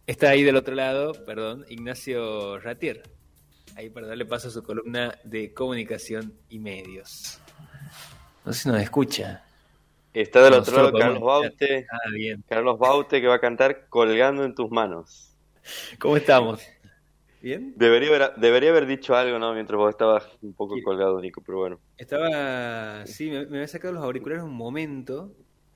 Está ahí del otro lado, perdón, Ignacio Ratier. Ahí para darle paso a su columna de comunicación y medios. No sé si nos escucha. Está del O otro nosotros lo lado podemos Carlos escuchar. Baute, Ah, bien. Carlos Baute que va a cantar Colgando en tus manos. ¿Cómo estamos? ¿Bien? Debería haber dicho algo, ¿no? Mientras vos estabas un poco Qui- colgado, Nico, pero bueno. Estaba, sí, me había sacado los auriculares un momento.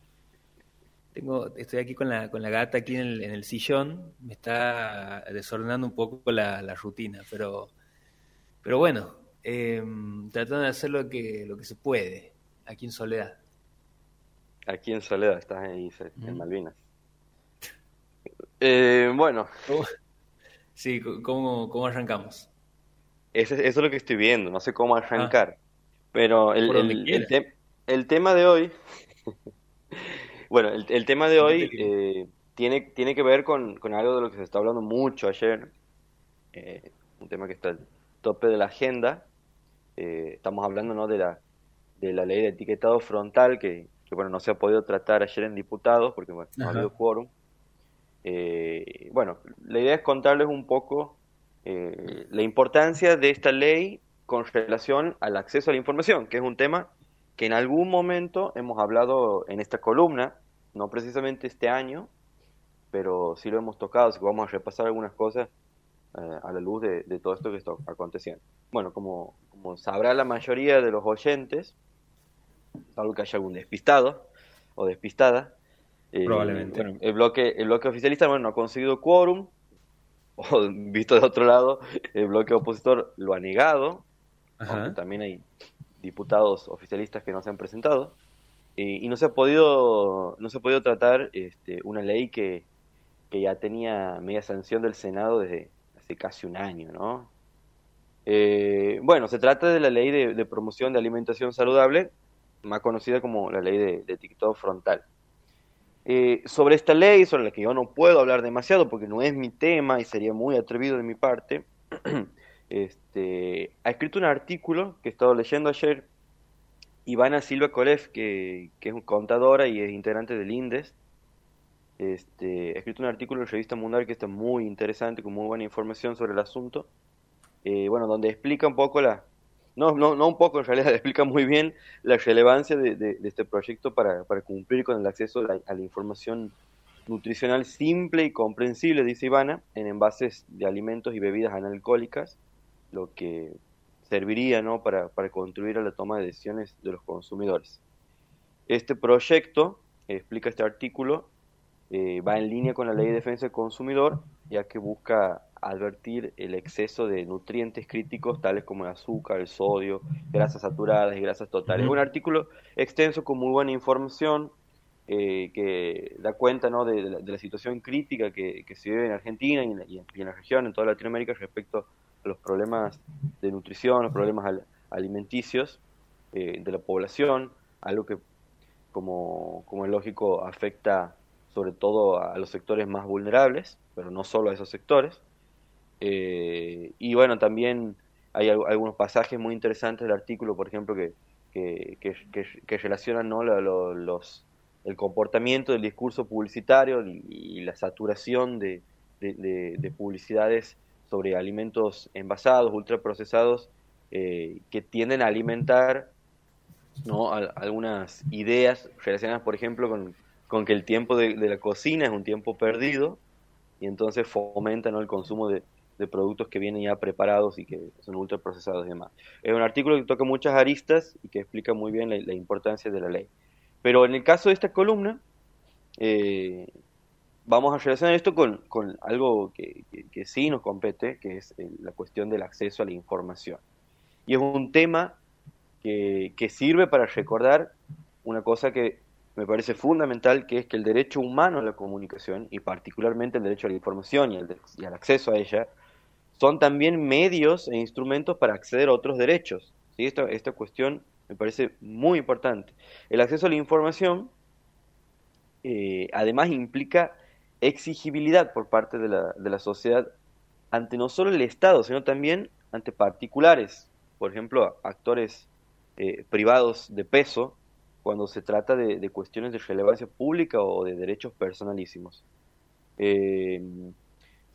Estoy aquí con la gata aquí en el sillón. Me está desordenando un poco la rutina, pero bueno, tratando de hacer lo que se puede aquí en Soledad. Aquí en Soledad, estás ahí en Ujú. Malvinas. Bueno, ¿Cómo? Sí, ¿cómo arrancamos? eso es lo que estoy viendo, no sé cómo Ah, arrancar. Pero por donde quiera. el tema de hoy, bueno, el tema de Fíjate hoy que... tiene que ver con algo de lo que se está hablando mucho ayer, un tema que está al tope de la agenda. Estamos hablando, ¿no? de la ley de etiquetado frontal bueno, no se ha podido tratar ayer en diputados porque bueno, no ha habido Ajá. quórum. Bueno, la idea es contarles un poco la importancia de esta ley con relación al acceso a la información, que es un tema que en algún momento hemos hablado en esta columna, no precisamente este año, pero sí lo hemos tocado, así que vamos a repasar algunas cosas a la luz de todo esto que está aconteciendo. Bueno, como sabrá la mayoría de los oyentes, salvo que haya algún despistado o despistada, Probablemente. bueno, el bloque oficialista bueno, no ha conseguido quórum, o visto de otro lado, el bloque opositor lo ha negado, aunque Ajá. también hay diputados oficialistas que no se han presentado, y no se ha podido tratar una ley que ya tenía media sanción del Senado desde hace casi un año, ¿no? Bueno, se trata de la ley de promoción de alimentación saludable, más conocida como la ley de etiquetado frontal. Sobre esta ley, sobre la que yo no puedo hablar demasiado porque no es mi tema y sería muy atrevido de mi parte, ha escrito un artículo que he estado leyendo ayer Ivana Silva Kolev, que es contadora y es integrante del INDES. Ha escrito un artículo en Revista Mundial que está muy interesante, con muy buena información sobre el asunto. Bueno, donde explica un poco no un poco, en realidad explica muy bien la relevancia de este proyecto para cumplir con el acceso a la información nutricional simple y comprensible, dice Ivana, en envases de alimentos y bebidas analcohólicas, lo que serviría, ¿no? para contribuir a la toma de decisiones de los consumidores. Este proyecto, explica este artículo, va en línea con la Ley de Defensa del Consumidor, ya que busca advertir el exceso de nutrientes críticos tales como el azúcar, el sodio, grasas saturadas y grasas totales. Es un Ujú. artículo extenso con muy buena información que da cuenta, ¿no? de la situación crítica que se vive en Argentina y en la región, en toda Latinoamérica, respecto a los problemas de nutrición, los problemas alimenticios de la población, algo que como es lógico, afecta sobre todo a los sectores más vulnerables, pero no solo a esos sectores. Y bueno, también hay algunos pasajes muy interesantes del artículo, por ejemplo, que relacionan, ¿no? el comportamiento del discurso publicitario y la saturación de publicidades sobre alimentos envasados, ultraprocesados, que tienden a alimentar, ¿no? Algunas ideas relacionadas, por ejemplo, con que el tiempo de la cocina es un tiempo perdido y entonces fomenta, ¿no? el consumo de productos que vienen ya preparados y que son ultraprocesados y demás. Es un artículo que toca muchas aristas y que explica muy bien la importancia de la ley. Pero en el caso de esta columna, eh, vamos a relacionar esto con algo que sí nos compete, que es la cuestión del acceso a la información. Y es un tema que sirve para recordar una cosa que me parece fundamental, que es que el derecho humano a la comunicación, y particularmente el derecho a la información y al acceso a ella, son también medios e instrumentos para acceder a otros derechos. ¿Sí? Esta cuestión me parece muy importante. El acceso a la información además implica exigibilidad por parte de la sociedad ante no solo el Estado, sino también ante particulares, por ejemplo, actores privados de peso, cuando se trata de cuestiones de relevancia pública o de derechos personalísimos. Eh,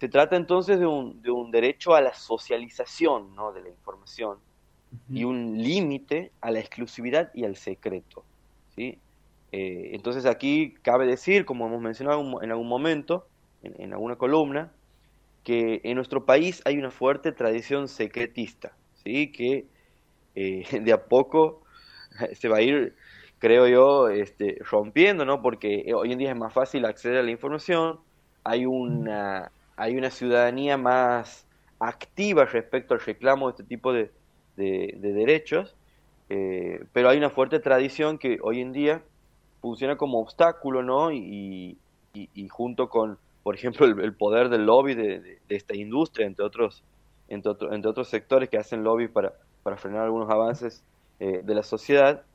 Se trata entonces de un derecho a la socialización, ¿no?, de la información y Ujú. un límite a la exclusividad y al secreto, ¿sí? Entonces aquí cabe decir, como hemos mencionado en algún momento, en alguna columna, que en nuestro país hay una fuerte tradición secretista, ¿sí? Que de a poco se va a ir, creo yo, rompiendo, ¿no? Porque hoy en día es más fácil acceder a la información, hay una ciudadanía más activa respecto al reclamo de este tipo de derechos, pero hay una fuerte tradición que hoy en día funciona como obstáculo, ¿no? Y junto con, por ejemplo, el poder del lobby de esta industria, entre otros sectores que hacen lobby para frenar algunos avances de la sociedad,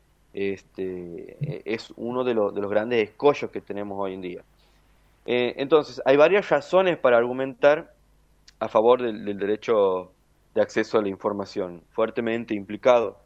es uno de los grandes escollos que tenemos hoy en día. Entonces, hay varias razones para argumentar a favor del derecho de acceso a la información, fuertemente implicado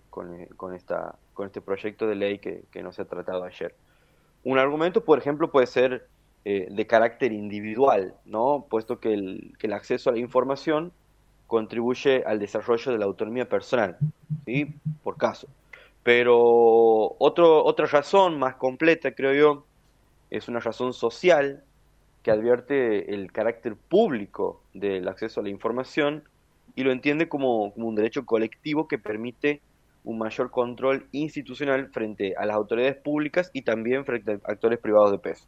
con este proyecto de ley que no se ha tratado ayer. Un argumento, por ejemplo, puede ser de carácter individual, ¿no? Puesto que el acceso a la información contribuye al desarrollo de la autonomía personal, ¿sí? Por caso. Pero otra razón más completa, creo yo, es una razón social que advierte el carácter público del acceso a la información y lo entiende como un derecho colectivo que permite un mayor control institucional frente a las autoridades públicas y también frente a actores privados de peso.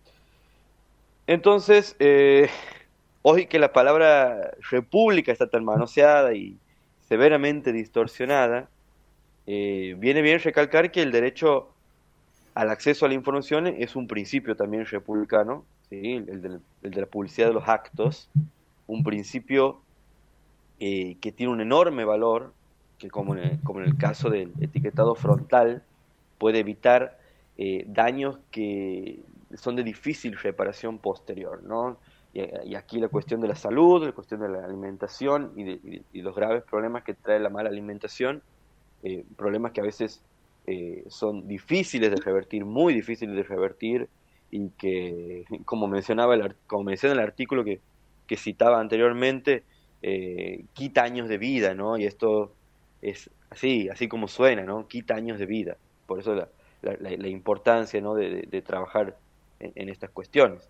Entonces, hoy que la palabra república está tan manoseada y severamente distorsionada, viene bien recalcar que el derecho al acceso a la información es un principio también republicano, ¿sí? El de la publicidad de los actos, un principio que tiene un enorme valor, que como en el caso del etiquetado frontal, puede evitar daños que son de difícil reparación posterior, ¿no? Y aquí la cuestión de la salud, la cuestión de la alimentación y los graves problemas que trae la mala alimentación, problemas que a veces son difíciles de revertir, muy difíciles de revertir, y que, como menciona el artículo que citaba anteriormente, quita años de vida, ¿no? Y esto es así como suena, ¿no? Quita años de vida. Por eso la importancia, ¿no?, de trabajar en estas cuestiones.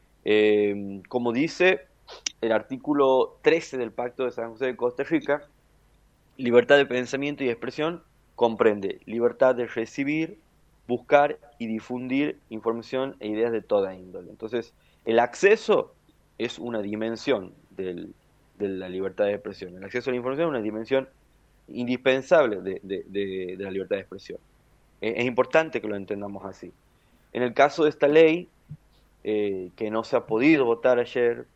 Como dice el artículo 13 del Pacto de San José de Costa Rica, libertad de pensamiento y expresión comprende libertad de recibir, buscar y difundir información e ideas de toda índole. Entonces, el acceso es una dimensión de la libertad de expresión. El acceso a la información es una dimensión indispensable de la libertad de expresión. Es importante que lo entendamos así. En el caso de esta ley, que no se ha podido votar ayer,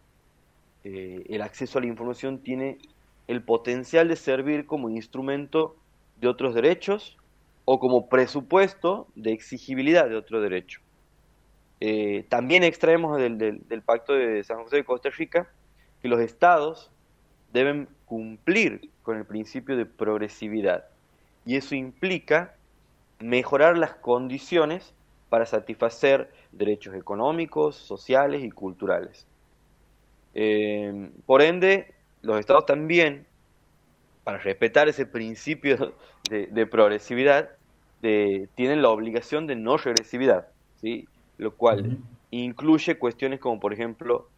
el acceso a la información tiene el potencial de servir como instrumento de otros derechos o como presupuesto de exigibilidad de otro derecho. También extraemos del Pacto de San José de Costa Rica que los estados deben cumplir con el principio de progresividad y eso implica mejorar las condiciones para satisfacer derechos económicos, sociales y culturales. Por ende, los estados también, para respetar ese principio de progresividad, tienen la obligación de no regresividad, ¿sí? Lo cual Ujú. incluye cuestiones como, por ejemplo,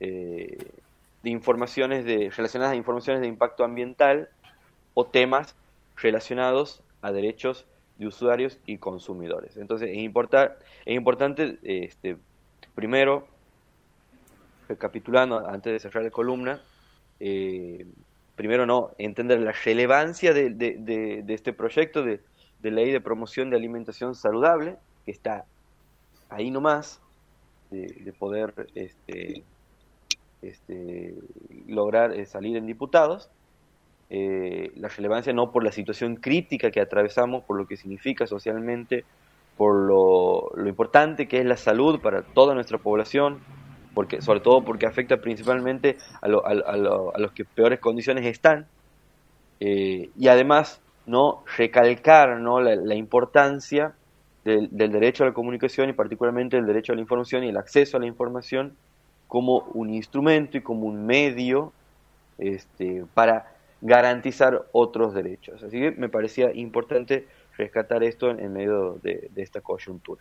relacionadas a informaciones de impacto ambiental o temas relacionados a derechos de usuarios y consumidores. Entonces, es importante, primero, recapitulando antes de cerrar la columna, eh, primero no, entender la relevancia de este proyecto de ley de promoción de alimentación saludable, que está ahí nomás, de poder este, lograr salir en diputados. La relevancia no por la situación crítica que atravesamos, por lo que significa socialmente, por lo importante que es la salud para toda nuestra población, porque, sobre todo porque afecta principalmente a los que peores condiciones están, y además no recalcar, ¿no?, la importancia del derecho a la comunicación y particularmente el derecho a la información y el acceso a la información como un instrumento y como un medio para garantizar otros derechos. Así que me parecía importante rescatar esto en medio de esta coyuntura.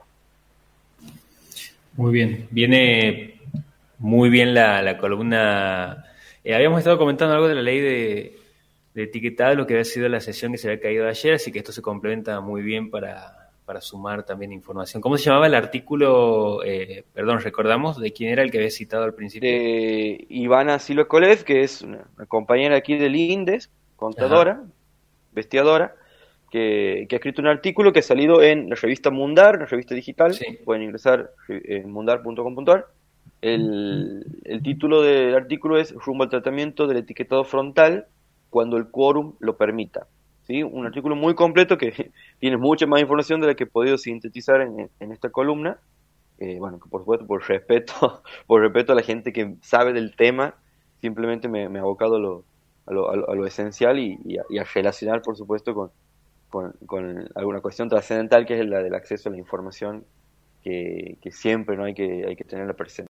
Muy bien, viene muy bien la columna. Habíamos estado comentando algo de la ley de etiquetado, lo que había sido la sesión que se había caído ayer, así que esto se complementa muy bien para sumar también información. ¿Cómo se llamaba el artículo? Perdón, recordamos de quién era el que había citado al principio. De Ivana Silokolev, que es una compañera aquí del INDES, contadora, Ajá. investigadora, que ha escrito un artículo que ha salido en la revista Mundar, la revista digital. Sí. Pueden ingresar en mundar.com.ar. El título del artículo es Rumbo al tratamiento del etiquetado frontal cuando el quórum lo permita. ¿Sí? Un artículo muy completo que tiene mucha más información de la que he podido sintetizar en esta columna. Bueno, que por supuesto, por respeto a la gente que sabe del tema, simplemente me he abocado a lo esencial y a relacionar, por supuesto, con alguna cuestión trascendental que es la del acceso a la información que siempre no hay que tenerla presente.